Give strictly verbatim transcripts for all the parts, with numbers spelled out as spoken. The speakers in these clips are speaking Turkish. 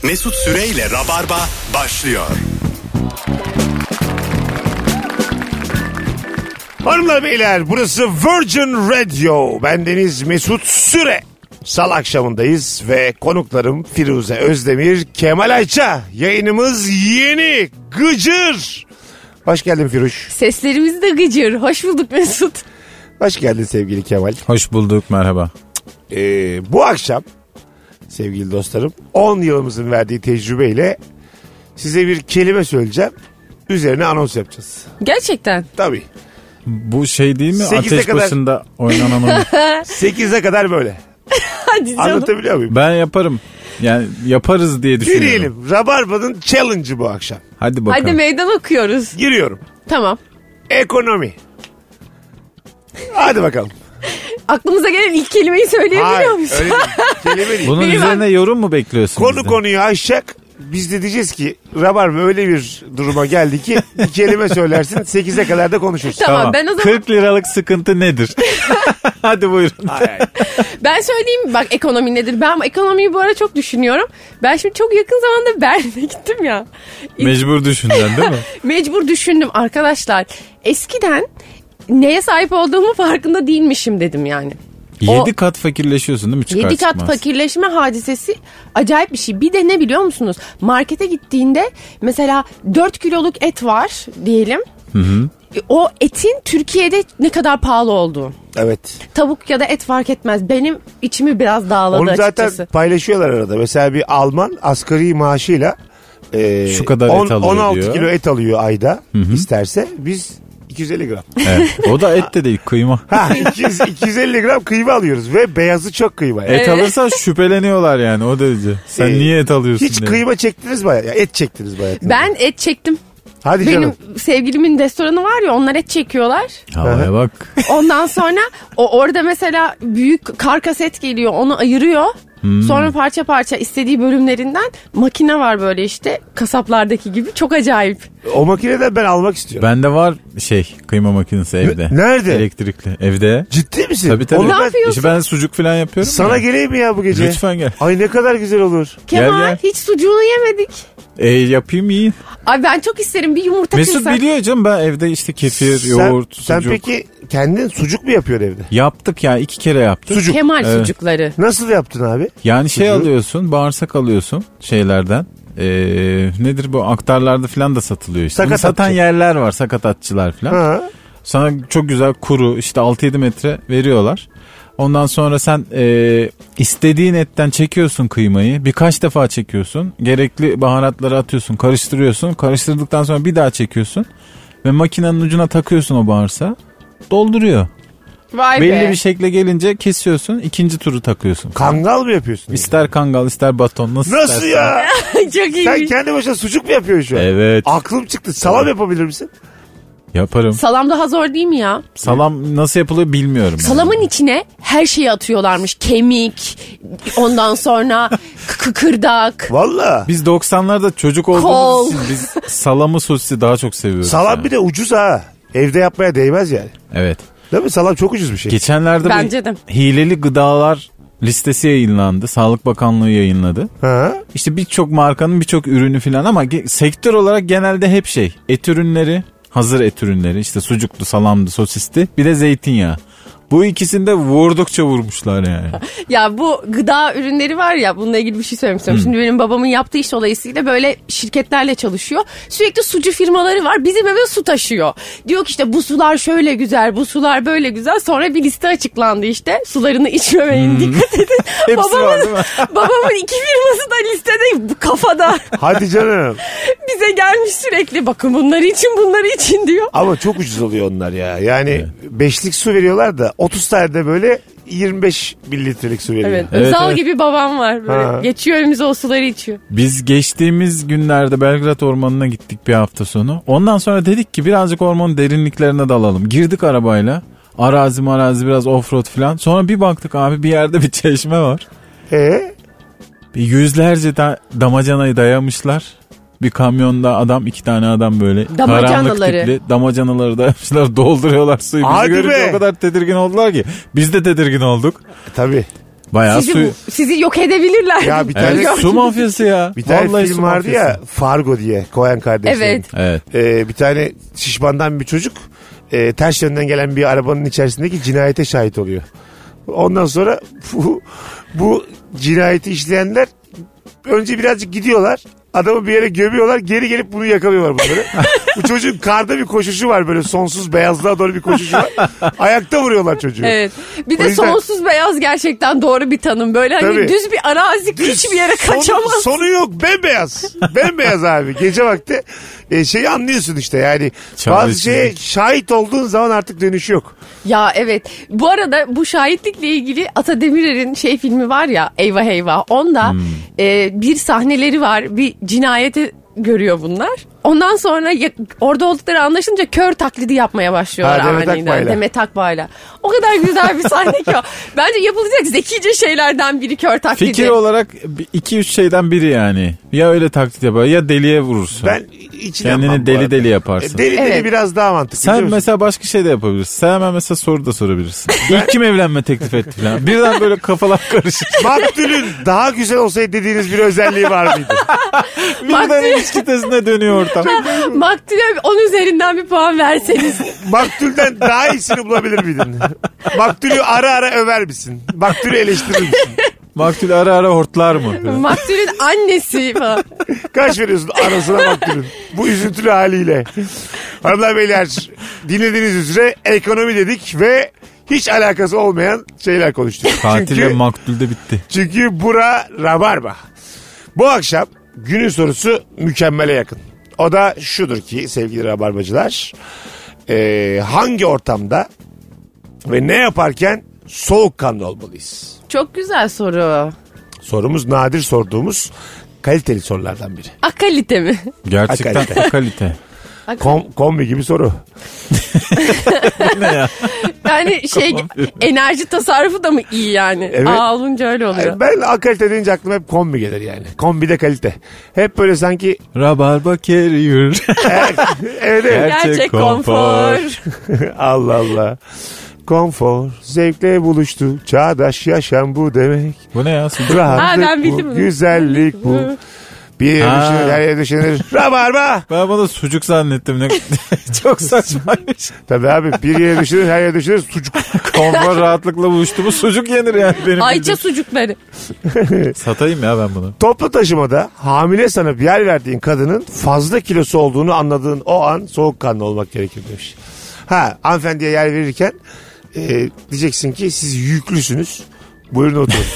Mesut Süreyle Rabarba başlıyor. Hanımlar beyler, burası Virgin Radio. Bendeniz Mesut Süre. Salı akşamındayız ve konuklarım Firuze Özdemir, Kemal Ayça. Yayınımız yeni, gıcır. Hoş geldin Firuş. Seslerimiz de gıcır. Hoş bulduk Mesut. Hoş geldin sevgili Kemal. Hoş bulduk, merhaba. Ee, bu akşam sevgili dostlarım on yılımızın verdiği tecrübeyle size bir kelime söyleyeceğim. Üzerine anons yapacağız. Gerçekten. Tabii. Bu şey değil mi? Ateş kadar... başında oynanan oyun. sekize kadar böyle. Hadi canım. Anlatabiliyor muyum? Ben yaparım. Yani yaparız diye düşünüyorum. Girelim. Rabarba'nın challenge'ı bu akşam. Hadi bakalım. Hadi meydan okuyoruz. Giriyorum. Tamam. Ekonomi. Hadi bakalım. Aklımıza gelen ilk kelimeyi söyleyebiliyor Hayır, muyuz? öyle değil. Kelime değil. Bunun Benim üzerine yorum mu bekliyorsun? Konu bizden? konuyu aşacak. Biz de diyeceğiz ki Rabarba öyle bir duruma geldi ki bir kelime söylersin sekize kadar da konuşuruz. Tamam, Tamam. ben o zaman kırk liralık sıkıntı nedir? Hadi buyurun. Ay, ay. ben söyleyeyim bak ekonomi nedir. Ben ekonomiyi bu ara çok düşünüyorum. Ben şimdi çok yakın zamanda Berlin'e gittim ya. Mecbur düşündün değil mi? Mecbur düşündüm arkadaşlar. Eskiden neye sahip olduğumu farkında değilmişim dedim yani. Yedi kat fakirleşiyorsun değil mi? Çıkar Yedi kat çıkmaz. fakirleşme hadisesi acayip bir şey. Bir de ne biliyor musunuz? Markete gittiğinde mesela dört kiloluk et var diyelim. Hı hı. O etin Türkiye'de ne kadar pahalı olduğu. Evet. Tavuk ya da et fark etmez. Benim içimi biraz dağladı Onu zaten açıkçası. paylaşıyorlar arada. Mesela bir Alman asgari maaşıyla e, Şu kadar et alıyor on altı diyor. kilo et alıyor ayda isterse. Biz iki yüz elli gram. Evet. O da et de değil, kıyma. Ha, iki yüz, iki yüz elli gram kıyma alıyoruz ve beyazı çok kıyma. Yani. Et alırsan şüpheleniyorlar yani o derece. Sen Ee, niye et alıyorsun Hiç diye. kıyma çektiniz mi? Ya, et çektiniz mi? Ben et çektim. Hadi Benim canım. sevgilimin restoranı var ya, onlar et çekiyorlar. Havaya bak. Ondan sonra o orada mesela büyük karkas et geliyor, onu ayırıyor. Hmm. Sonra parça parça istediği bölümlerinden makine var böyle işte kasaplardaki gibi, çok acayip. O makineden ben almak istiyorum. Bende var şey kıyma makinesi evde. Ne- nerede? Elektrikli evde. Ciddi misin? Tabii tabii. Onu Ne ben- yapıyorsun? İşte ben sucuk falan yapıyorum. Sana ya. geleyim mi ya bu gece? Lütfen gel. Ay ne kadar güzel olur. Kemal gel. hiç sucuğunu yemedik. E, yapayım yiyin. Ay ben çok isterim, bir yumurta Mesut kırsak. biliyor canım, ben evde işte kefir, Sen- yoğurt, Sen sucuk. peki kendin sucuk mu yapıyorsun evde? Yaptık ya, iki kere yaptık. Sucuk. Kemal Evet. sucukları. Nasıl yaptın abi? Yani şey Sucuğu? alıyorsun, bağırsak alıyorsun şeylerden. Ee, nedir bu, aktarlarda falan da satılıyor işte. Bunu Sakatatçı. satan yerler var, sakatatçılar falan. Ha. Sana çok güzel kuru işte altı yedi metre veriyorlar. Ondan sonra sen e, istediğin etten çekiyorsun kıymayı. Birkaç defa çekiyorsun. Gerekli baharatları atıyorsun, karıştırıyorsun. Karıştırdıktan sonra bir daha çekiyorsun. Ve makinenin ucuna takıyorsun o bağırsağı. Dolduruyor. Vay Belli be. bir şekle gelince kesiyorsun. İkinci turu takıyorsun. Kangal mı yapıyorsun? İster kangal ister baton, nasıl Nasıl istersen. ya? Çok iyi. Sen kendi başına sucuk mu yapıyorsun şu an? Evet. Aklım çıktı. Salam yapabilir misin? Yaparım. Salam daha zor değil mi ya? Salam nasıl yapılıyor bilmiyorum. Salamın içine her şeyi atıyorlarmış. Kemik, ondan sonra k- kıkırdak. Valla. Biz doksanlarda çocuk olduğumuz Kol. için biz salamı sosisi daha çok seviyoruz. Salam yani. bir de ucuz ha. Evde yapmaya değmez yani. Evet. Değil mi? Salam çok ucuz bir şey. Geçenlerde Bence bir de. hileli gıdalar listesi yayınlandı. Sağlık Bakanlığı yayınladı. Ha? İşte birçok markanın birçok ürünü falan ama ge- sektör olarak genelde hep şey. Et ürünleri, hazır et ürünleri, işte sucuklu, salamdı, sosisti, bir de zeytinyağı. Bu ikisini de vurdukça vurmuşlar yani. Ya bu gıda ürünleri var ya, bununla ilgili bir şey söylemek istiyorum. Şimdi benim babamın yaptığı iş dolayısıyla böyle şirketlerle çalışıyor. Sürekli sucu firmaları var. Bizim eve su taşıyor. Diyor ki işte bu sular şöyle güzel, bu sular böyle güzel. Sonra bir liste açıklandı işte. Sularını içmemeyin, dikkat edin. Hepsi babamın, var değil mi? babamın iki firması da listede, bu kafada. Hadi canım. Bize gelmiş sürekli, bakın bunları için, bunları için diyor. Ama çok ucuz oluyor onlar ya. Yani beşlik su veriyorlar da otuz tane de böyle yirmi beş mililitrelik su veriyor. Evet. Evet, Özal evet. gibi babam var. Böyle Ha. geçiyor önümüze, o suları içiyor. Biz geçtiğimiz günlerde Belgrad Ormanı'na gittik bir hafta sonu. Ondan sonra dedik ki birazcık ormanın derinliklerine dalalım. Girdik arabayla. Arazi marazi biraz offroad falan. Sonra bir baktık abi, bir yerde bir çeşme var. Ee? Bir yüzlerce da damacanayı dayamışlar. Bir kamyonda adam, iki tane adam böyle karanlık Damacanaları. tipli damacanaları dayamışlar, dolduruyorlar suyu. Bizi Hadi görünce be. o kadar tedirgin oldular ki biz de tedirgin olduk. Tabii. Bayağı sizi, suyu. sizi yok edebilirler. Ya bir tane Evet, su mafyası ya. bir tane Vallahi film su vardı mafyası. ya, Fargo diye, Coen kardeşlerin. Evet. Evet. Ee, bir tane şişmandan bir çocuk e, ters yönden gelen bir arabanın içerisindeki cinayete şahit oluyor. Ondan sonra bu, bu cinayeti işleyenler önce birazcık gidiyorlar. Adamı bir yere gömüyorlar. Geri gelip bunu yakalıyorlar bunları. Bu çocuğun karda bir koşuşu var, böyle sonsuz beyazlığa doğru bir koşuşu var. Ayakta vuruyorlar çocuğu. Evet. Bir O de yüzden- sonsuz beyaz gerçekten doğru bir tanım. Böyle hani Tabii. düz bir arazi, hiçbir yere Sonu- kaçamaz. Sonu yok, bembeyaz. Bembeyaz abi. Gece vakti e, şeyi anlıyorsun işte yani. Bazı Çaresizlik. şeye şahit olduğun zaman artık dönüşü yok. Ya evet. Bu arada bu şahitlikle ilgili Ata Demirer'in şey filmi var ya, Eyvah Eyvah. Onda Hmm. e, bir sahneleri var. Bir cinayeti görüyor bunlar. Ondan sonra ya- orada oldukları anlaşınca kör taklidi yapmaya başlıyorlar Ha, Demet aniden. Akbay'la. Demet Akbay'la. O kadar güzel bir sahne ki o. Bence yapılacak zekice şeylerden biri kör taklidi. Fikir olarak iki üç şeyden biri yani. Ya öyle taklit yapar ya deliye vurursun. Ben içine Kendini deli deli yaparsın. E, Deli deli Evet. biraz daha mantıklı. biliyor Sen musun? mesela başka şey de yapabilirsin. Sen hemen mesela soru da sorabilirsin. İlk kim evlenme teklif etti falan. Birden böyle kafalar karışır. Maktulün daha güzel olsaydı dediğiniz bir özelliği var mıydı? Birden ilişki tezine dönüyor ortam. Maktul'e on üzerinden bir puan verseniz. Maktulden daha iyisini bulabilir miydin? Maktulü ara ara över misin? Maktulü eleştirir misin? Maktul ara ara hortlar mı? Maktul'ün annesi falan. Kaç veriyorsun arasına Maktulün? Bu üzüntülü haliyle. Hanımlar beyler, dinlediğiniz üzere ekonomi dedik ve hiç alakası olmayan şeyler konuştuk. Katille Çünkü, maktul de bitti. çünkü bura rabarba. Bu akşam günün sorusu mükemmele yakın. O da şudur ki sevgili rabarbacılar. Ee, hangi ortamda ve ne yaparken soğukkanlı olmalıyız? Çok güzel soru. Sorumuz nadir sorduğumuz kaliteli sorulardan biri. Akalite mi? Gerçekten Kalite. kalite. Kom, kombi gibi soru. Ne ya? Yani şey enerji tasarrufu da mı iyi yani? Evet. Aa olunca öyle oluyor. Ben akalite deyince aklıma hep kombi gelir yani. Kombide kalite. Hep böyle sanki Rabarba carrier. evet, evet, evet. Gerçek, Gerçek konfor. Allah Allah. Konfor zevkle buluştu. Çağdaş yaşam bu demek. Bu ne ya? Sucuk. Rahatlık Ha, ben bu. bildim bunu. Güzellik bu. Bir yere Ha. düşünür, her yere düşünür. Rabarba. Ben bunu sucuk zannettim. Ne? Çok saçmaymış. Tabii abi, bir yere düşünür, her yere düşünür. Sucuk. Konfor rahatlıkla buluştu. Bu sucuk yenir yani benim. Ayça bildiğim. sucukları. Satayım ya ben bunu. Toplu taşımada hamile sanıp yer verdiğin kadının fazla kilosu olduğunu anladığın o an soğukkanlı olmak gerekir demiş. Ha, hanımefendiye yer verirken e, diyeceksin ki siz yüklüsünüz. Buyurun oturun.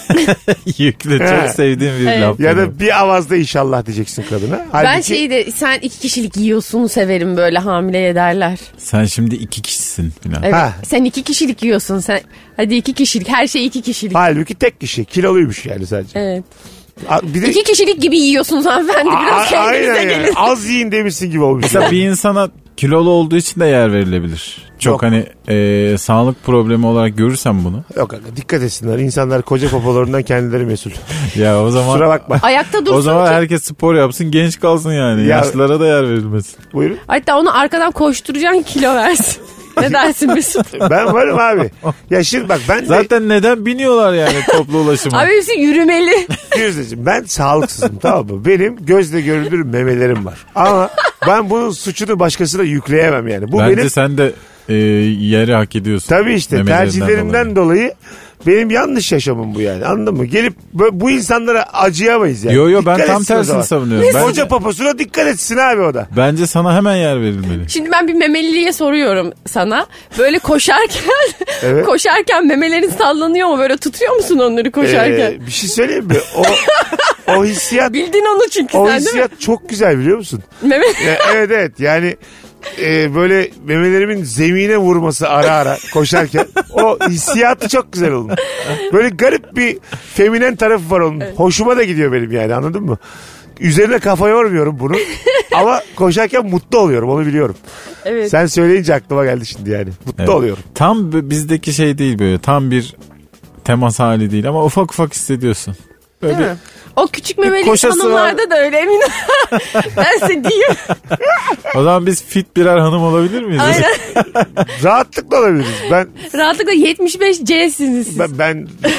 Yüklü He. çok sevdiğim bir Evet. laf. Ya benim. da bir avazda inşallah diyeceksin kadına. Halbuki, Ben şeyi de sen iki kişilik yiyorsun severim böyle hamileye derler. Sen şimdi iki kişisin falan. Evet. Ha. Sen iki kişilik yiyorsun sen. Hadi iki kişilik her şey iki kişilik. halbuki tek kişi. Kiloluymuş yani sadece. Evet. A- Bir de İki kişilik gibi yiyorsunuz hanımefendi. A- Biraz kendinize aynen gelin. yani. Az yiyin demişsin gibi olmuş. Mesela bir insana kilolu olduğu için de yer verilebilir. Çok Yok. hani e, sağlık problemi olarak görürsem bunu. Yok aga, dikkat etsinler. İnsanlar koca popolarından kendileri mesul. Ya o zaman Kusura bakma. Ayakta dursun o zaman ki. herkes spor yapsın, genç kalsın yani. Ya- Yaşlılara da yer verilmesin. Buyurun. Hatta onu arkadan koşturacaksın kilo versin. Ne dersin Mesut? Ben varım abi. Ya şimdi bak, ben de Zaten neden biniyorlar yani toplu ulaşıma? Abi hepsi yürümeli. Firuzeciğim, ben sağlıksızım, tamam mı? Benim gözle görülür memelerim var. Ama ben bunun suçunu başkasına yükleyemem yani. Bu Bence benim sen de e, yeri hak ediyorsun. tabii işte Memelerinden tercihlerimden dolayı. Benim yanlış yaşamım bu yani, anladın mı? Gelip bu bu insanlara acıyamayız yani. Yo yo ben Dikkat tam etsin o zaman. tersini savunuyorum. Bence, Koca poposuna dikkat etsin abi o da. bence sana hemen yer verilmeli. Şimdi ben bir memeliliğe soruyorum sana. Böyle koşarken Evet. koşarken memelerin sallanıyor mu? Böyle tutuyor musun onları koşarken? Ee, bir şey söyleyeyim mi? O, o hissiyat Bildin onu çünkü o sen değil mi? hissiyat çok güzel, biliyor musun? Meme... Ya, evet evet yani e, böyle memelerimin zemine vurması ara ara koşarken o hissiyatı çok güzel oldu. Böyle garip bir feminen tarafı var onun. Hoşuma da gidiyor benim yani, anladın mı? Üzerine kafa yormuyorum bunu. Ama koşarken mutlu oluyorum, onu biliyorum. Evet. Sen söyleyince aklıma geldi şimdi yani. Mutlu Evet. oluyorum. Tam b- bizdeki şey değil böyle. Tam bir temas hali değil ama ufak ufak hissediyorsun. Böyle Değil mi? O küçük memeli koşası hanımlarda da öyle eminim. Ben size diyeyim. o zaman biz fit birer hanım olabilir miyiz? Aynen. Rahatlıkla olabiliriz. Ben Rahatlıkla yetmiş beş C'siniz siz. ben ben,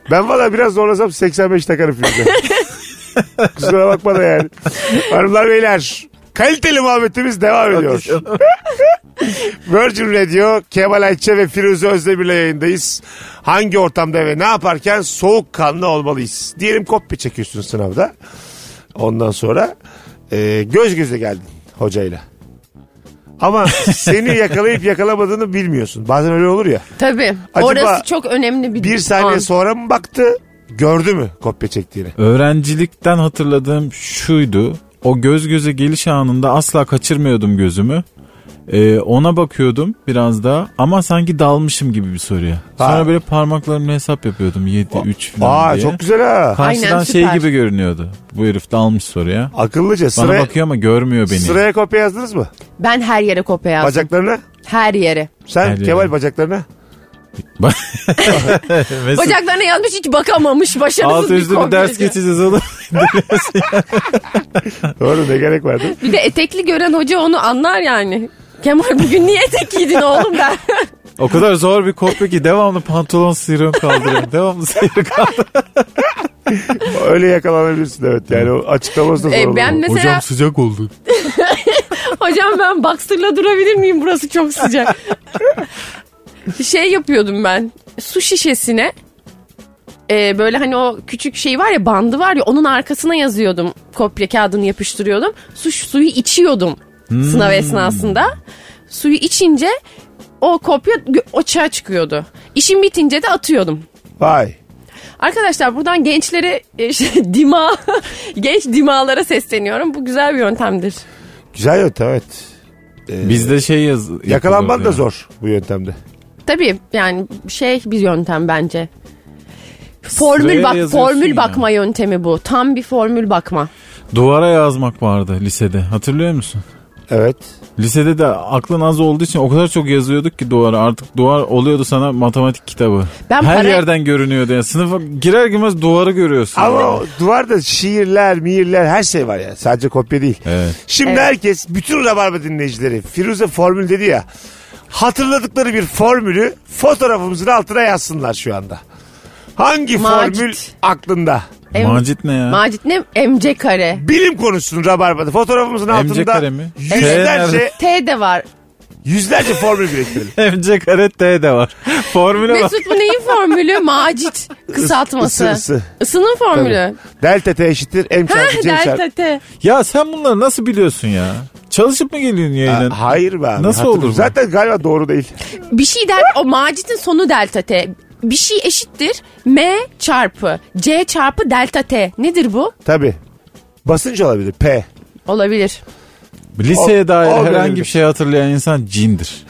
Ben valla biraz zorlasam seksen beş takarım filmde. Kusura bakma da yani. Hanımlar beyler, kaliteli muhabbetimiz devam ediyor. Virgin Radio, Kemal Ayça ve Firuze Özdemir'le yayındayız. Hangi ortamda ve ne yaparken soğukkanlı olmalıyız? Diyelim kopya çekiyorsun sınavda. Ondan sonra e, göz göze geldin hocayla. Ama seni yakalayıp yakalamadığını bilmiyorsun. Bazen öyle olur ya. Tabii. Acaba orası çok önemli bir Bir saniye an. sonra mı baktı, gördü mü kopya çektiğini? Öğrencilikten hatırladığım şuydu. O göz göze geliş anında asla kaçırmıyordum gözümü. Ee, ona bakıyordum biraz daha ama sanki dalmışım gibi bir soruya. Sonra Ha. böyle parmaklarımla hesap yapıyordum. yedi üç falan Aa, diye. çok güzel ha. Karşıdan Aynen, şey süper. gibi görünüyordu. Bu herif dalmış soruya. Akıllıca. Bana Sıraya, bakıyor ama görmüyor beni. sıraya kopya yazdınız mı? Ben her yere kopya yazdım. Bacaklarına? Her yere. Sen Her Kemal yere. bacaklarına? Mesut, Bacaklarına yazmış, hiç bakamamış. Başarısız alt bir üstü bir ders kopyacı. geçeceğiz oğlum. Doğru, ne gerek vardı? Bir de etekli gören hoca onu anlar yani. Kemal bugün niye etek giydin oğlum der. O kadar zor bir kopya ki devamlı pantolon sıyırıyorum kaldırıyorum. Devamlı sıyırıyorum kaldırıyorum. Öyle yakalanabilirsin, evet. Yani o açıklaması da zor E, olur. ben mesela Hocam sıcak oldu. hocam ben boxer'la durabilir miyim, burası çok sıcak. Şey yapıyordum ben, su şişesine e, böyle hani o küçük şey var ya, bandı var ya, onun arkasına yazıyordum, kopya kağıdını yapıştırıyordum, su suyu içiyordum Hmm. sınav esnasında. Suyu içince o kopya o çağa çıkıyordu. İşim bitince de atıyordum. Vay. Arkadaşlar buradan gençlere e, şey, dima genç dimalara sesleniyorum. Bu güzel bir yöntemdir. Güzel yöntem, evet. Ee, Bizde şey yaz. Yakalanman yapılır da ya. zor bu yöntemde. Tabii yani şey bir yöntem bence. Formül Sıraya bak yazıyorsun formül ya. bakma yöntemi bu. Tam bir formül bakma. Duvara yazmak vardı lisede. Hatırlıyor musun? Evet. Lisede de aklın az olduğu için o kadar çok yazıyorduk ki duvara. Artık duvar oluyordu sana matematik kitabı. Ben Her para- yerden görünüyordu. Yani sınıfa girer girmez duvarı görüyorsun. Ama o duvarda şiirler, mihirler, her şey var ya. Sadece kopya değil. Evet. Şimdi Evet. herkes, bütün Rabarba dinleyicileri, Firuze formül dedi ya. Hatırladıkları bir formülü fotoğrafımızın altına yazsınlar şu anda. Hangi Macit. formül aklında? Em- Macit ne ya? Macit ne? M C kare. Bilim konuşsun Rabarba'da. Fotoğrafımızın M C altında kare mi? yüzlerce, T de var. yüzlerce formül biriktirelim. M C kare T de var. Formüle bak. Mesut bu neyin formülü? Macit kısaltması. Isı, ısı. Isının formülü. Delta T eşittir M Ha, çarpı C çarpı. delta T. Ya sen bunları nasıl biliyorsun ya? Çalışıp mı geliyorsun yayına? Ha, Hayır be abi. Nasıl Hatırlıyorum. olur bu? Zaten galiba doğru değil. Bir şey der, o Macit'in sonu delta T. Bir şey eşittir M çarpı C çarpı delta T. Nedir bu? Tabii. Basınç olabilir. P. Olabilir. Liseye O- dair o herhangi dönemde. bir şey hatırlayan insan cindir.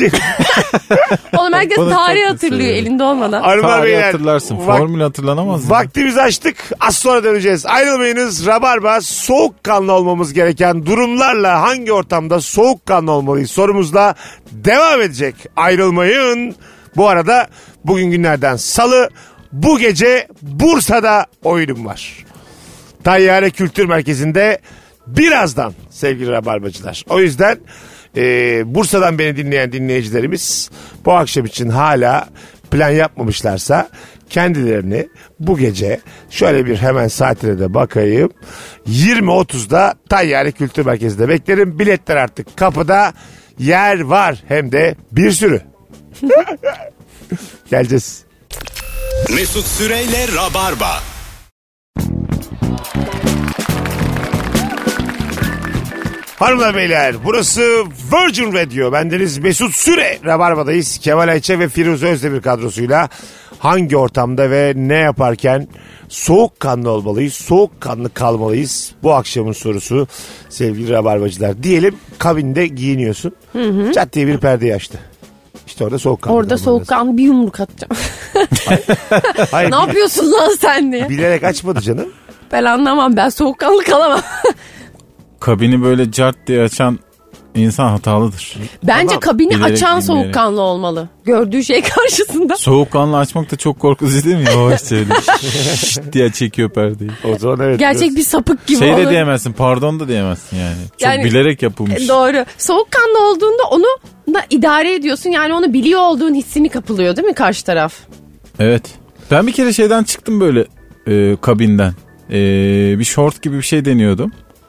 Oğlum herkes Bana tarih çok hatırlıyor seviyorum. elinde olmadan. Hanımlar Tarih beyler. hatırlarsın. vak- Formül hatırlanamaz. mı? Vaktimizi açtık. Az sonra döneceğiz. Ayrılmayınız. Rabarba, soğukkanlı olmamız gereken durumlarla hangi ortamda soğukkanlı olmalıyız sorumuzla devam edecek. Ayrılmayın. Bu arada bugün günlerden salı, bu gece Bursa'da oyunum var. Tayyare Kültür Merkezi'nde birazdan sevgili Rabarbacılar. O yüzden e, Bursa'dan beni dinleyen dinleyicilerimiz bu akşam için hala plan yapmamışlarsa kendilerini bu gece şöyle bir hemen saatine de bakayım. yirmi otuzda Tayyare Kültür Merkezi'nde beklerim. Biletler artık kapıda, yer var hem de bir sürü. Geleceğiz. Mesut Süreyle Rabarba. Hanımlar beyler, burası Virgin Radio. Bendeniz Mesut Süre. Rabarba'dayız. Kemal Ayça ve Firuze Özdemir kadrosuyla hangi ortamda ve ne yaparken soğukkanlı olmalıyız, soğukkanlı kalmalıyız? Bu akşamın sorusu sevgili Rabarbacılar. Diyelim kabinde giyiniyorsun. Hı hı. Çat diye bir perdeyi açtı. İşte orada soğukkanlı. Orada kalman lazım. soğukkanlı bir yumruk atacağım. Hayır, Ne yapıyorsun lan sen diye. bilerek açmadı canım. Ben anlamam, ben soğukkanlı kalamam. Kabini böyle cart diye açan insan hatalıdır. Bence Tamam. kabini Bilerek, açan bilmeyerek. soğukkanlı olmalı. Gördüğü şey karşısında. Soğukkanlı açmak da çok korkutucu değil mi? Yavaşça öyle şşş diye çekiyor perdeyi. O zaman evet. Gerçek bir sapık gibi Şey olur. de diyemezsin, pardon da diyemezsin yani. Çok Yani- bilerek yapılmış. E, Doğru. Soğukkanlı olduğunda onu da idare ediyorsun. Yani onu biliyor olduğun hissini kapılıyor değil mi karşı taraf? Evet. Ben bir kere şeyden çıktım böyle e, kabinden. E, bir short gibi bir şey deniyordum.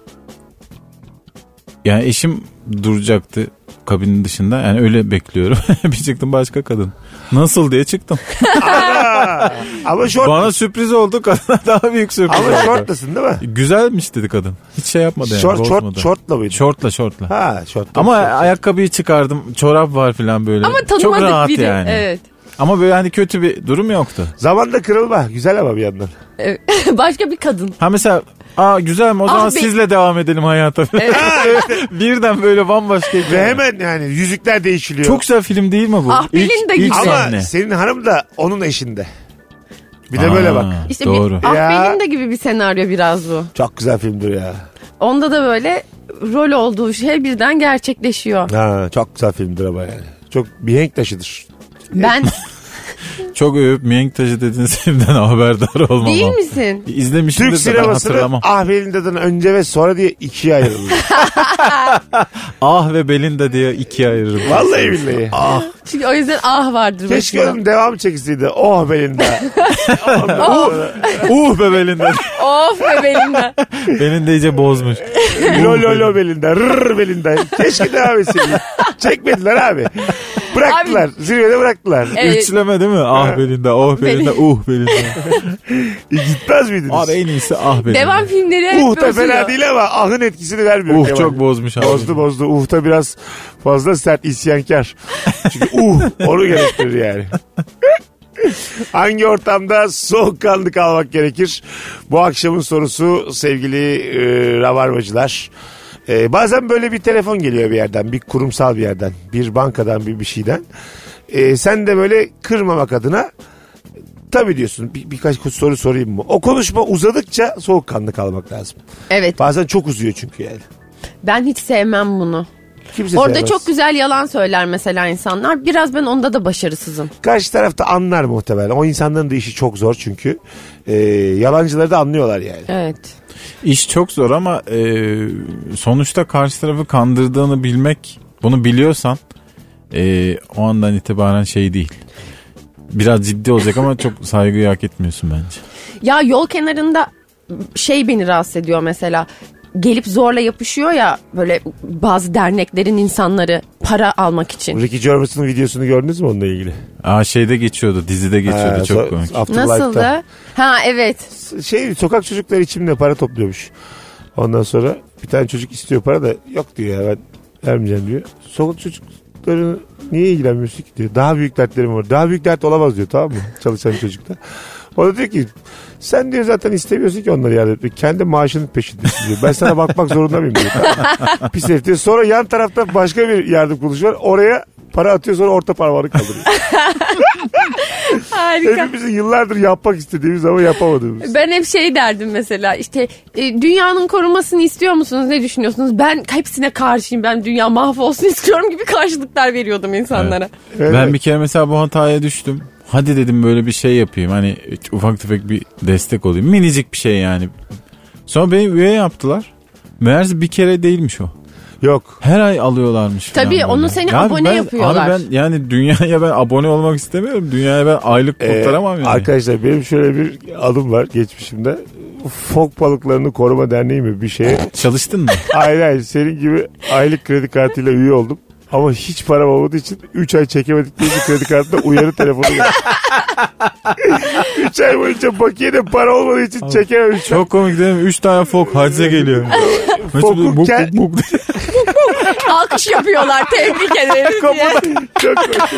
Yani eşim duracaktı kabinin dışında. Yani öyle bekliyorum. Bir çıktım başka kadın. Nasıl diye çıktım. Aa, ama şort. Bana sürpriz oldu. Kadına daha büyük sürpriz Ama oldu. şortlasın değil mi? Güzelmiş dedi kadın. Hiç şey yapmadı yani. Şort, bozmadı. şort, şortla mıydı? Şortla şortla. Ha şortla. Ama şort. ayakkabıyı çıkardım. Çorap var falan böyle. Ama Çok tanımadık rahat biri. yani. Evet. Ama böyle hani kötü bir durum yoktu. Zamanda kırılma. Güzel ama bir yandan. Evet. Başka bir kadın. Ha mesela aa güzel mi o zaman Ah be- sizle devam edelim hayata. Birden böyle bambaşka. Ve hemen yani yüzükler değişiliyor. Çok güzel film değil mi bu? Ah, Belinda gibi. Ama sahne. senin hanım da onun eşinde. Bir de böyle Aa, bak. İşte doğru. bir Ah Ya. Belinda gibi bir senaryo biraz bu. Çok güzel filmdir ya. Onda da böyle rol olduğu şey birden gerçekleşiyor. Ha, çok güzel filmdir ama yani. Çok mihenk taşıdır. Ben Çok övüp mihenk taşı dediğiniz filmden haberdar olmam. değil misin? İzlemişimdir Türk de ben sinemasının hatırlamam. Ah Belinda'dan önce ve sonra diye ikiye ayrıldı. Ah ve Belinda diye ikiye ayırırım. Vallahi billahi. Çünkü o yüzden ah vardır Keşke başında. onun devamı çekilseydi. Oh Belinda. Ondan sonra Uh be Belinda. Of be Belinda. Belinda iyice bozmuş. lo lo lo Belinda. Rrr Belinda. Keşke devam etseydi. Çekmediler abi. Bıraktılar. Zirvede bıraktılar. Evet. Üçleme değil mi? Ah Belinda, oh Belinda, uh Belinda. E, gitmez miydiniz? Abi en iyisi ah Belinda. Devam filmleri hep Uh da fena bozuyor. değil ama ahın etkisini vermiyor. Uh Kemal. çok bozmuş abi. Bozdu bozdu. Uh da biraz fazla sert, isyankar. Çünkü uh onu gerektirir yani. Hangi ortamda soğukkanlı kalmak gerekir? Bu akşamın sorusu sevgili e, rabarbacılar. E, bazen böyle bir telefon geliyor bir yerden, bir kurumsal bir yerden, bir bankadan, bir bir şeyden. E, sen de böyle kırmamak adına tabii diyorsun. Bir, birkaç soru sorayım mı? O konuşma uzadıkça soğukkanlı kalmak lazım. Evet. Bazen çok uzuyor çünkü yani. Ben hiç sevmem bunu. Kimse Orada sevmez. çok güzel yalan söyler mesela insanlar. Biraz ben onda da başarısızım. Karşı tarafta anlar muhtemelen. O insanların da işi çok zor çünkü. E, yalancıları da anlıyorlar yani. Evet. İş çok zor ama e, sonuçta karşı tarafı kandırdığını bilmek, bunu biliyorsan e, o andan itibaren şey değil. Biraz ciddi olacak ama çok saygıyı hak etmiyorsun bence. Ya yol kenarında şey beni rahatsız ediyor mesela. Gelip zorla yapışıyor ya böyle bazı derneklerin insanları para almak için. Ricky Gervais'ın videosunu gördünüz mü onunla ilgili? Aa şeyde geçiyordu, dizide geçiyordu, Ha, çok so- komik. Afterlife'da. Nasıldı? Ha evet. Şey sokak çocukları içimde para topluyormuş. Ondan sonra bir tane çocuk istiyor para da yok diyor ya ben vermeyeceğim diyor. Sokak çocukları niye ilgilenmiyorsun ki diyor. Daha büyük dertlerim var. Daha büyük dert olamaz diyor, tamam mı? Çalışan çocukta. O da diyor ki sen diyor zaten istemiyorsun ki onları yardım etmek. Kendi maaşının peşindesin diyor. Ben sana bakmak zorunda mıyım diyor. Pis herif diyor. Sonra yan tarafta başka bir yardım kuruluşu var. Oraya para atıyor, sonra orta parmağını kaldırıyor. Harika. Hepimizin yıllardır yapmak istediğimiz ama yapamadığımız. Ben hep şey derdim mesela işte e, dünyanın korunmasını istiyor musunuz, ne düşünüyorsunuz? Ben hepsine karşıyım, ben dünya mahvolsun istiyorum gibi karşılıklar veriyordum insanlara. Evet. Ben bir kere mesela bu hataya düştüm. Hadi dedim böyle bir şey yapayım. Hani ufak tefek bir destek olayım. Minicik bir şey yani. Sonra beni üye yaptılar. Meğerse bir kere değilmiş o. Yok. Her ay alıyorlarmış. falan Tabii, böyle. onu seni Ya abone ben, yapıyorlar. Abi ben yani dünyaya ben abone olmak istemiyorum. Dünyaya ben aylık Ee, kurtaramam yani. Arkadaşlar benim şöyle bir adım var geçmişimde. Fok balıklarını koruma derneği mi bir şeye. Çalıştın mı? Hayır hayır, senin gibi aylık kredi kartıyla üye oldum. Ama hiç param olmadığı için üç ay çekemedik diye bir kredi kartında uyarı telefonu geldi. üç ay boyunca bakiyede para olmadığı için çekememiş. Çok komik değil mi? üç tane fok hacca geliyor. Fokun Buk, ke- buk, buk. Alkış yapıyorlar, tebrik ederiz diye. Çok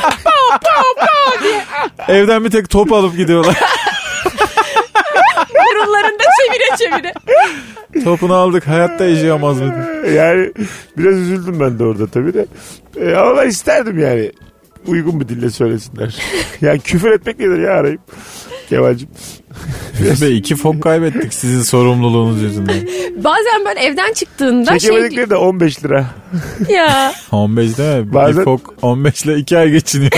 Evden bir tek top alıp gidiyorlar. Burunlarında çevire çevire. Topunu aldık, hayatta yaşayamaz mıydı? yani biraz üzüldüm ben de orada tabii de. Ee, ama ben isterdim yani. Uygun bir dille söylesinler. yani küfür etmek nedir ya, arayıp. Kemal'cim. Ve iki fok kaybettik sizin sorumluluğunuz yüzünden. Bazen ben evden çıktığında şey... Çekemedikleri de on beş lira. Ya on beş değil mi? Bazen- Bir fok on beş ile iki ay geçiniyor.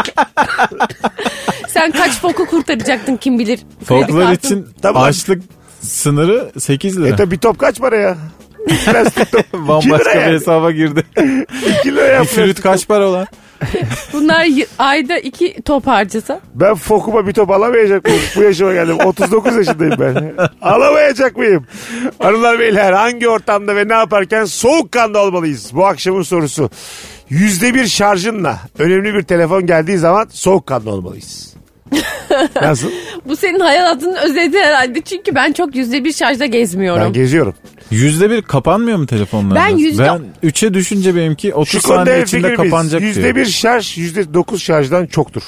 sen kaç foku kurtaracaktın kim bilir. Kredi Foklar kartın- için Tamam. açlık sınırı sekiz lira. E tabi bir top kaç para ya? Plastik top. iki Bambaşka lira bir yani. hesaba girdi. iki lira Bir yapıyor. flüt kaç para olan? Bunlar y- ayda iki top harcasa. Ben fokuma bir top alamayacak mıyım? Bu yaşıma geldim. otuz dokuz yaşındayım ben. Alamayacak mıyım? Hanımlar beyler, hangi ortamda ve ne yaparken soğukkanlı olmalıyız? Bu akşamın sorusu. Yüzde bir şarjınla önemli bir telefon geldiği zaman soğukkanlı olmalıyız. Nasıl? Bu senin hayatının özeti herhalde. Çünkü ben çok yüzde bir şarjda gezmiyorum. Ben geziyorum. Yüzde bir kapanmıyor mu telefonlar? Ben yüzde- Ben üçe düşünce benimki otuz Şu konuda saniye içinde hemfikiriz. kapanacak Yüzde diyor. bir şarj, yüzde dokuz şarjdan çoktur.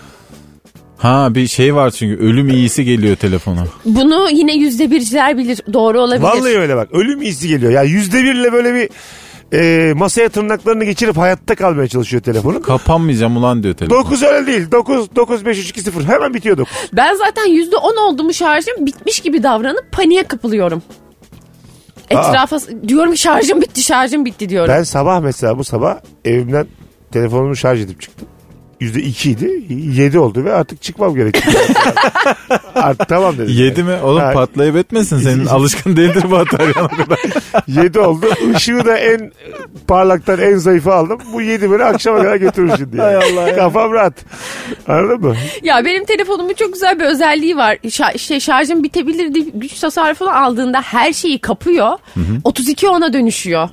Ha bir şey var çünkü ölüm iyisi geliyor telefona. Bunu yine yüzde birciler bilir. Doğru olabilir. Vallahi öyle bak. Ölüm iyisi geliyor. Ya yüzde birle böyle bir e, masaya tırnaklarını geçirip hayatta kalmaya çalışıyor telefonun. Kapanmayacağım ulan diyor telefon. dokuz öyle değil. dokuz, dokuz, beş, üç, iki, sıfır. Hemen bitiyor dokuz. Ben zaten yüzde on oldu mu şarjım bitmiş gibi davranıp paniğe kapılıyorum. Etrafa diyorum ki şarjım bitti şarjım bitti diyorum. Ben sabah mesela bu sabah evimden telefonumu şarj edip çıktım. Yüzde ikiydi. Yedi oldu ve artık çıkmam gerekiyor. Artık tamam dedim. Yedi mi? Oğlum Ha. patlayıp etmesin. Senin alışkın değildir bu bataryan o kadar. Yedi oldu. Işığı da en parlaktan en zayıfı aldım. Bu yedi beni akşama kadar götürür şimdi. Yani. Hay Allah ya. Kafam rahat. Anladın mı? Ya benim telefonumun çok güzel bir özelliği var. Şa- şey şarjım bitebilir diye güç tasarrufunu aldığında her şeyi kapıyor. otuz iki ona dönüşüyor.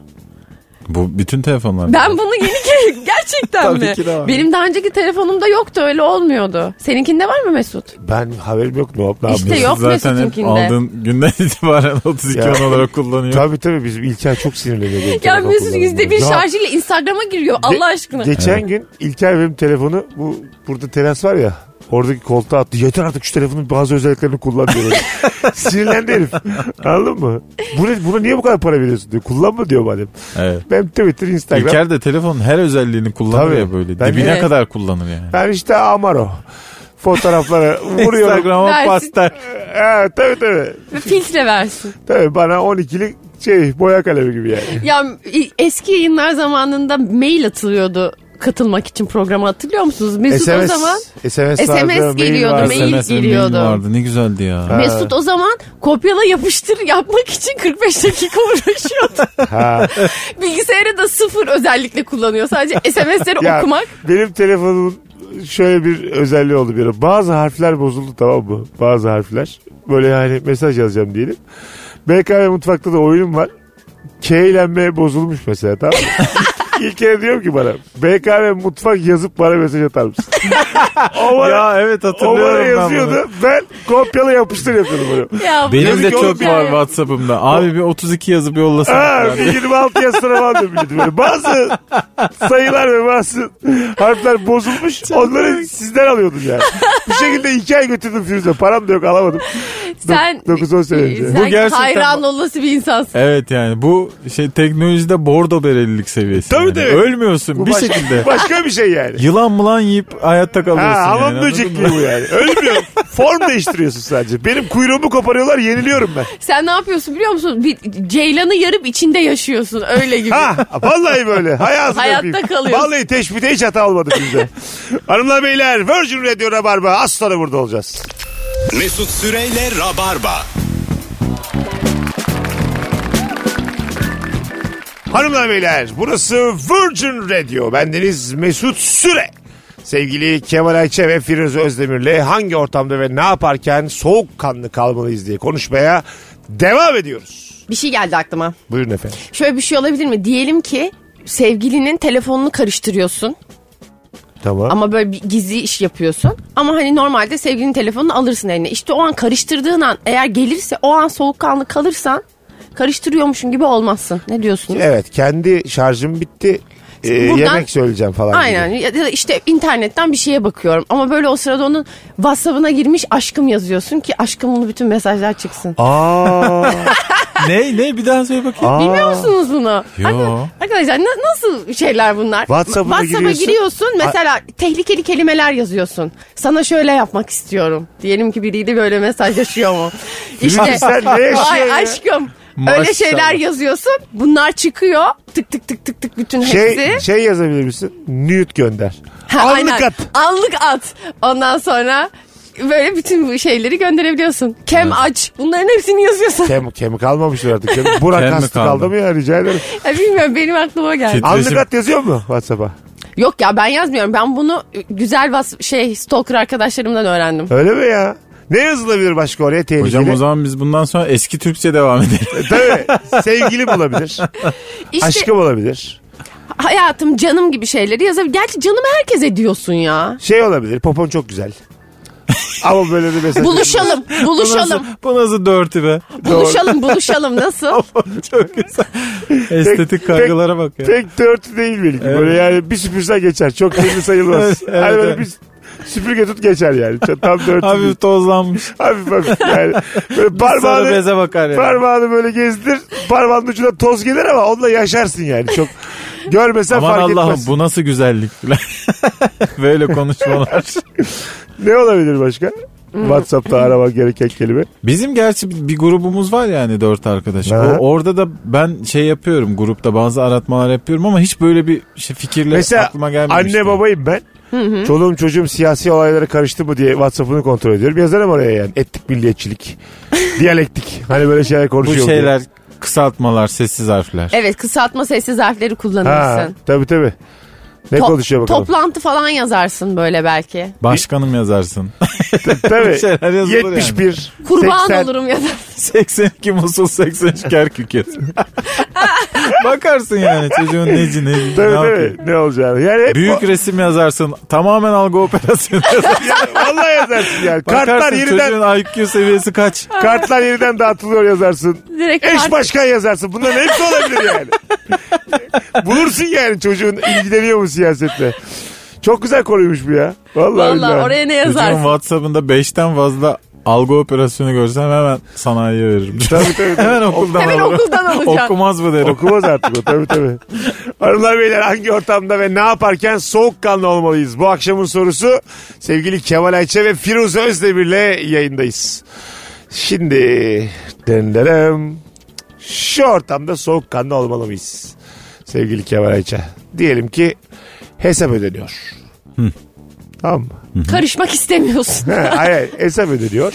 Bu bütün telefonlar. Ben bunu yeni ke- gerçekten Tabii mi? ki de var. Benim daha önceki telefonumda yoktu, öyle olmuyordu. Seninkinde var mı Mesut? Ben haberim yok. Ne, yap- ne İşte yapıyorsun? yok Zaten hep Mesut'unkinde. aldığın günden itibaren otuz iki Ya. on olarak kullanıyor. Tabii tabii bizim İlker çok sinirleniyor. benim Ya telefon Mesut kullanmama. yüzde bir Ya, şarjıyla Instagram'a giriyor ge- Allah aşkına. Geçen gün İlker benim telefonu bu burada teras var ya. Oradaki koltuğa attı. Yeter artık şu telefonun bazı özelliklerini kullan diyor. Sinirlendi herif. Anladın mı? Buna, buna niye bu kadar para veriyorsun diyor. Kullanma diyor madem. Evet. Ben Twitter, Instagram. İlker de telefonun her özelliğini kullanır Tabii. ya böyle. Ben- Dibine Evet. kadar kullanır yani. Ben işte Amaro. Fotoğraflara vuruyorum. Instagram'a Versin. pastel. Evet tabii tabii. Ve filtre versin. Tabii bana on ikilik şey boya kalemi gibi yani. Ya eski yayınlar zamanında mail atılıyordu katılmak için programa, hatırlıyor musunuz? Mesut S M S, o zaman S M S, S M S vardı, geliyordu, vardı. mail S M S'in geliyordu. mail vardı. Ne güzeldi ya. Mesut o zaman kopyala yapıştır yapmak için kırk beş dakika uğraşıyordu. Ha. Bilgisayarı da sıfır özellikle kullanıyor. Sadece S M S'leri Ya, okumak. benim telefonumun şöyle bir özelliği oldu bir ara. Bazı harfler bozuldu, tamam mı? Bazı harfler. Böyle yani mesaj yazacağım diyelim. B K M Mutfak'ta da oyunum var. K ile M bozulmuş mesela, tamam mı? İlk kere diyorum ki bana B K M Mutfak yazıp bana mesaj atar mısın? o bana, Ya evet o bana hatırlıyorum ben yazıyordu. bunu. Ben kopyala yapıştır yapıyordum bunu. Ya, Benim Dedik de ki oğlum çok bir- var WhatsApp'ımda. Abi bir otuz iki yazıp yollasana. Ha, falan diye. bir yirmi altı yazsana falan diyor millet böyle. Bazı sayılar ve bazı harfler bozulmuş. Onları sizden alıyordum yani. Bu şekilde iki ay götürdüm Firuze. Param da yok, alamadım. sen dokuz on sene önce. sen Bu gerçekten- hayran olası bir insansın. Evet yani bu şey teknolojide bordo berelilik seviyesi. Tabii yani. tabii. Ölmüyorsun Bu bir baş- şekilde. Başka bir şey yani. Yılan mılan yiyip hayatta kalıyorsun. Ha, yani, hamam anladın böcekliği mı? bu yani. Ölmüyor. Form değiştiriyorsun sadece. Benim kuyruğumu koparıyorlar, yeniliyorum ben. Sen ne yapıyorsun biliyor musun? Bir ceylanı yarıp içinde yaşıyorsun öyle gibi. Ha, vallahi böyle. Hayatını Hayatta öpeyim. kalıyorsun. Vallahi teşbihte hiç hata olmadı bizde. Hanımlar beyler, Virgin Radio Rabarba. Az sonra burada olacağız. Mesut Süreyle Rabarba. Hanımlar beyler, burası Virgin Radio. Bendeniz Mesut Süre. Sevgili Kemal Ayça ve Firuze Özdemir'le hangi ortamda ve ne yaparken soğukkanlı kalmalıyız diye konuşmaya devam ediyoruz. Bir şey geldi aklıma. Buyurun efendim. Şöyle bir şey olabilir mi? Diyelim ki sevgilinin telefonunu karıştırıyorsun. Tamam. Ama böyle bir gizli iş yapıyorsun. Ama hani normalde sevgilinin telefonunu alırsın eline. İşte o an karıştırdığın an eğer gelirse o an soğukkanlı kalırsan karıştırıyormuşsun gibi olmazsın. Ne diyorsunuz? Evet, kendi şarjım bitti. Ee, Buradan- yemek söyleyeceğim falan. Aynen, gibi. ya da işte internetten bir şeye bakıyorum ama böyle o sırada onun WhatsApp'ına girmiş aşkım yazıyorsun ki aşkımın bütün mesajlar çıksın. Aa, Ne ne bir daha söyle bakayım. aa. Bilmiyor musunuz bunu? Yo. Arkadaşlar na- nasıl şeyler bunlar? WhatsApp'ına WhatsApp'a giriyorsun. giriyorsun mesela tehlikeli kelimeler yazıyorsun. Sana şöyle yapmak istiyorum. Diyelim ki biriyle böyle mesajlaşıyor mu? İşte sen ne yaşıyorsun ay ya? aşkım. Maşallah. Öyle şeyler yazıyorsun. Bunlar çıkıyor. Tık tık tık tık tık bütün Şey, hepsi. şey yazabilir misin? Nude gönder. Ha, Anlık aynen. at. Anlık at. Ondan sonra böyle bütün bu şeyleri gönderebiliyorsun. Kem aç. Bunların hepsini yazıyorsun. Kem, kemik almamışlar artık. Burak Kem mi hastı kaldı? kaldı mı ya, rica ederim. Ya bilmiyorum benim aklıma geldi. Titreşim- Anlık at yazıyor mu WhatsApp'a? Yok ya ben yazmıyorum. Ben bunu güzel vas- şey stalker arkadaşlarımdan öğrendim. Öyle mi ya? Ne yazılabilir başka oraya tehlikeli? Hocam o zaman biz bundan sonra eski Türkçe devam edelim. Tabii. Sevgilim olabilir. İşte Aşkım olabilir. hayatım, canım gibi şeyleri yazabilir. Gerçi canımı herkes ediyorsun ya. Şey olabilir. Popon çok güzel. Ama böyle bir mesaj. Buluşalım, buluşalım. Bu nasıl dörtü be? buluşalım, buluşalım nasıl? Çok güzel. Estetik kaygılara bak ya. Pek dörtü değil belki. Evet. Böyle yani bir süpürsen geçer. Çok kirli sayılmaz. Evet, evet, hani böyle evet. bir süpürge tut geçer yani. Çok- Tam dörtü değil. Hafif tozlanmış. Hafif hafif yani. Böyle Sarı parmağını, beze bakar yani. parmağını böyle gezdir. Parmağının ucuna toz gelir ama onunla yaşarsın yani. Çok görmesen Aman fark Allah'ım etmez. bu nasıl güzellik falan. Böyle konuşmalar. Ne olabilir başka? WhatsApp'ta aramak gereken kelime. Bizim gerçi bir, bir grubumuz var yani dört arkadaş. O, Aha. orada da ben şey yapıyorum, grupta bazı aratmalar yapıyorum ama hiç böyle bir şey fikirle Mesela aklıma gelmemişti. anne babayım ben. Çoluğum çocuğum siyasi olaylara karıştı mı diye WhatsApp'ını kontrol ediyorum. Yazarım oraya yani. Etnik milliyetçilik. Diyalektik. Hani böyle şeyler Bu konuşuyor. şeyler kısaltmalar, sessiz harfler. Evet, kısaltma sessiz harfleri Ha, kullanırsın. tabii tabii. Ne To- konuşuyor bakalım. Toplantı falan yazarsın böyle belki. Başkanım yazarsın. Tabii. Bir şeyler yazılır yetmiş bir. Kurban seksen. olurum ya da. seksen iki Musul, seksen üç Kerkük. Bakarsın yani çocuğun neci neci. Tabii ne tabii. yapıyor. Ne olacağını. Yani hep Büyük o- resim yazarsın. Tamamen algı operasyonu yazarsın. Vallahi yazarsın yani. Kartlar Bakarsın yeniden, çocuğun I Q seviyesi kaç. kartlar yeniden dağıtılıyor yazarsın. Direkt Eş kart- başkan yazarsın. Bunların hepsi olabilir yani. Bulursun yani çocuğun ilgileniyor mu siyasetle. Çok güzel konuymuş bu ya. Vallahi, Vallahi billahi. oraya ne Çocuğun yazarsın? WhatsApp'ında beşten fazla algı operasyonu görsem hemen sanayiye veririm. Tabii tabii. tabii. Hemen okuldan Hemen alırım. okuldan alacağım. Okumaz mı derim. Okumaz artık o tabii tabii. Hanımlar beyler hangi ortamda ve ne yaparken soğukkanlı olmalıyız? Bu akşamın sorusu sevgili Kemal Ayça ve Firuze Özdemir'le yayındayız. Şimdi denderem. Şu ortamda soğukkanlı olmalı mıyız? Sevgili Kemal Ayça. Diyelim ki hesap ödeniyor. Tamam mı? Karışmak istemiyorsun. Ha, hayır, hayır, hesap ödeniyor.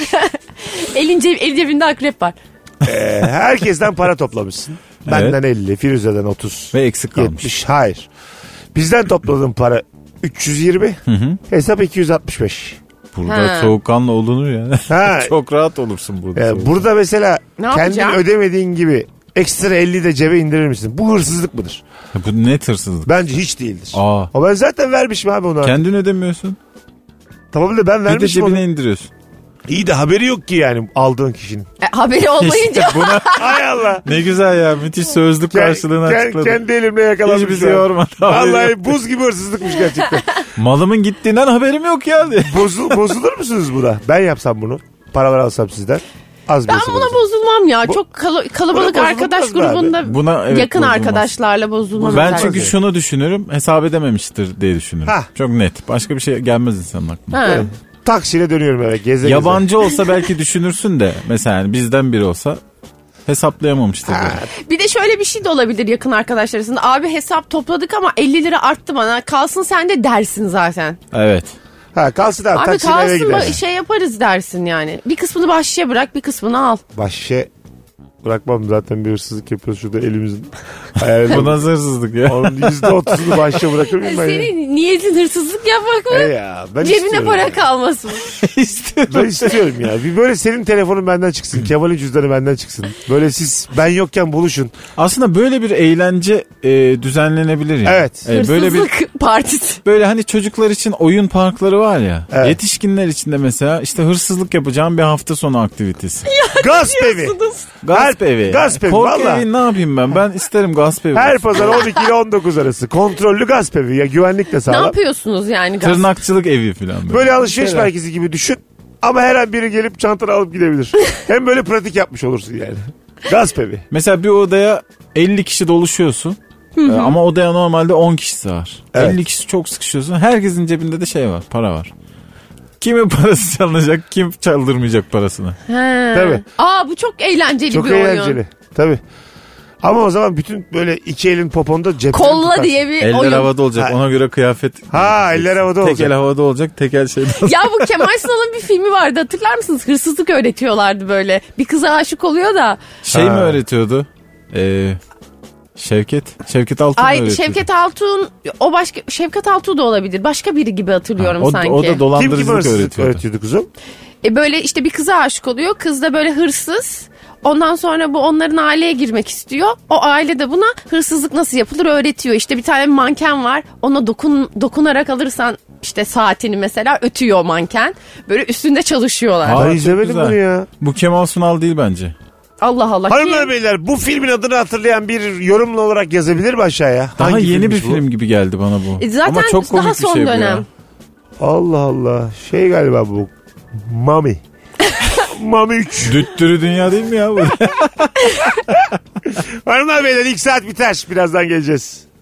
Elin ceb- el cebinde akrep var. Ee, herkesten para toplamışsın. Benden elli, Firuze'den otuz. Ve eksik kalmış. yetmiş. Hayır. Bizden topladığın para üç yüz yirmi. Hesap iki yüz altmış beş. Burada Ha. soğukkanlı olunur yani. Ha. Çok rahat olursun burada. Ee, soğuk. burada mesela Ne kendin yapacağım? ödemediğin gibi ekstra elli de cebe indirir misin? Bu hırsızlık mıdır? Bu ne tırsızlık. Bence hiç değildir. Aa. O ben zaten vermişim abi ona. Kendin ödemiyorsun. Tamam da ben Bir de vermişim cebine onu. indiriyorsun. İyi de haberi yok ki yani aldığın kişinin. E, haberi olmayınca. Buna Hay Allah. ne güzel ya, müthiş sözlük karşılığını Kend- açıkladı. Kendi elimle yakaladım. Hiç bizi şu an. yormadı. Haberi Vallahi yok. buz gibi hırsızlıkmış gerçekten. Malımın gittiğinden haberim yok ya. diye. Bozul, bozulur musunuz buna? Ben yapsam bunu. Paralar alsam sizden. Az bir Ben hesap buna alacağım. bozulmam ya. Bu- Çok kala- kalabalık Buna arkadaş bozulmaz mı grubunda Buna evet, yakın bozulmaz. arkadaşlarla bozulmaz. Ben zaten. çünkü şunu düşünürüm, hesap edememiştir diye düşünürüm. Hah. Çok net. Başka bir şey gelmez insanın aklına. Ha. Taksiyle dönüyorum eve. Geze Yabancı olsa belki düşünürsün de mesela yani bizden biri olsa hesaplayamamıştır. Ha. böyle. Bir de şöyle bir şey de olabilir yakın arkadaşlar arasında. Abi hesap topladık ama elli lira arttı bana. Kalsın sen de dersin zaten. Evet. geze. Ha kalsın abi. Abi Taksiyle eve kalsın gidersin. ba- şey yaparız dersin yani. Bir kısmını bahşişe bırak, bir kısmını al. Bahşişe bırakmam zaten bir hırsızlık yapıyoruz şurada elimizin. Hayal Bu nasıl hırsızlık ya? Onun yüzde otuzunu bahşişe bırakır mıyım ben ya? Senin niyetin hırsızlık yapmak mı? E ya, ben Cebine istiyorum para ya. kalmasın. İstiyorum. Ben istiyorum ya. Bir böyle senin telefonun benden çıksın. Kemal'in cüzdanı benden çıksın. Böyle siz ben yokken buluşun. Aslında böyle bir eğlence e, düzenlenebilir yani. Evet. E, böyle bir Hırsızlık partisi. böyle hani çocuklar için oyun parkları var ya. Evet. Yetişkinler için de mesela işte hırsızlık yapacağım bir hafta sonu aktivitesi. Gasp evi. Gasp Her- evi. gasp evi, Korku valla. evi ne yapayım ben? Ben isterim gasp evi. Her pazar on iki ile on dokuz arası. Kontrollü gasp evi. Ya güvenlik de Ne sağlam. yapıyorsunuz yani? Gaz? Tırnakçılık evi falan. Böyle, Böyle alışveriş Şeyler. merkezi gibi düşün. Ama her an biri gelip çantanı alıp gidebilir. Hem böyle pratik yapmış olursun yani. Gasp evi. Mesela bir odaya elli kişi doluşuyorsun. Ee, ama odaya normalde on kişi sığar. Evet. elli kişi çok sıkışıyorsun. Herkesin cebinde de şey var, para var. Kimin parası çalınacak, kim çaldırmayacak parasını. He. Tabii. Aa bu çok eğlenceli Çok bir oyun. eğlenceli. Tabii. Ama o zaman bütün böyle iki elin poponda cepten Kolla tutarsın. diye bir Eller oyun. havada olacak, Ha. ona göre kıyafet. Ha, eller havada tek olacak. el havada olacak, tek el şeyde olacak. Ya bu Kemal Sunal'ın bir filmi vardı, hatırlar mısınız? Hırsızlık öğretiyorlardı böyle. Bir kıza aşık oluyor da. Şey mi Ha. öğretiyordu? Ee, Şevket. Şevket Altun Ay öğretiyordu. Şevket Altun o başka Şevket Altun da olabilir. Başka biri gibi hatırlıyorum Ha, o, sanki. o da Kim kim dolandırıcılık hırsızlık öğretiyordu. öğretiyordu kuzum? E böyle işte bir kıza aşık oluyor. Kız da böyle hırsız. Ondan sonra bu onların aileye girmek istiyor. O aile de buna hırsızlık nasıl yapılır öğretiyor. İşte bir tane manken var. Ona dokun dokunarak alırsan işte saatini mesela ötüyor manken. Böyle üstünde çalışıyorlar. Aa, Ben çok izlemedim güzel. bunu ya. Bu Kemal Sunal değil bence. Allah Allah. Hanımlar Kim? beyler bu filmin adını hatırlayan bir yorumla olarak yazabilir mi aşağıya? Daha Hangi yeni bir filmmiş bu? film gibi geldi bana bu. E zaten Ama çok komik daha bir son şey bu ya. dönem. Allah Allah. Şey galiba bu. Mami. Mami üç. Düttürü dünya değil mi ya bu? Hanımlar beyler ilk saat biter. Birazdan geleceğiz.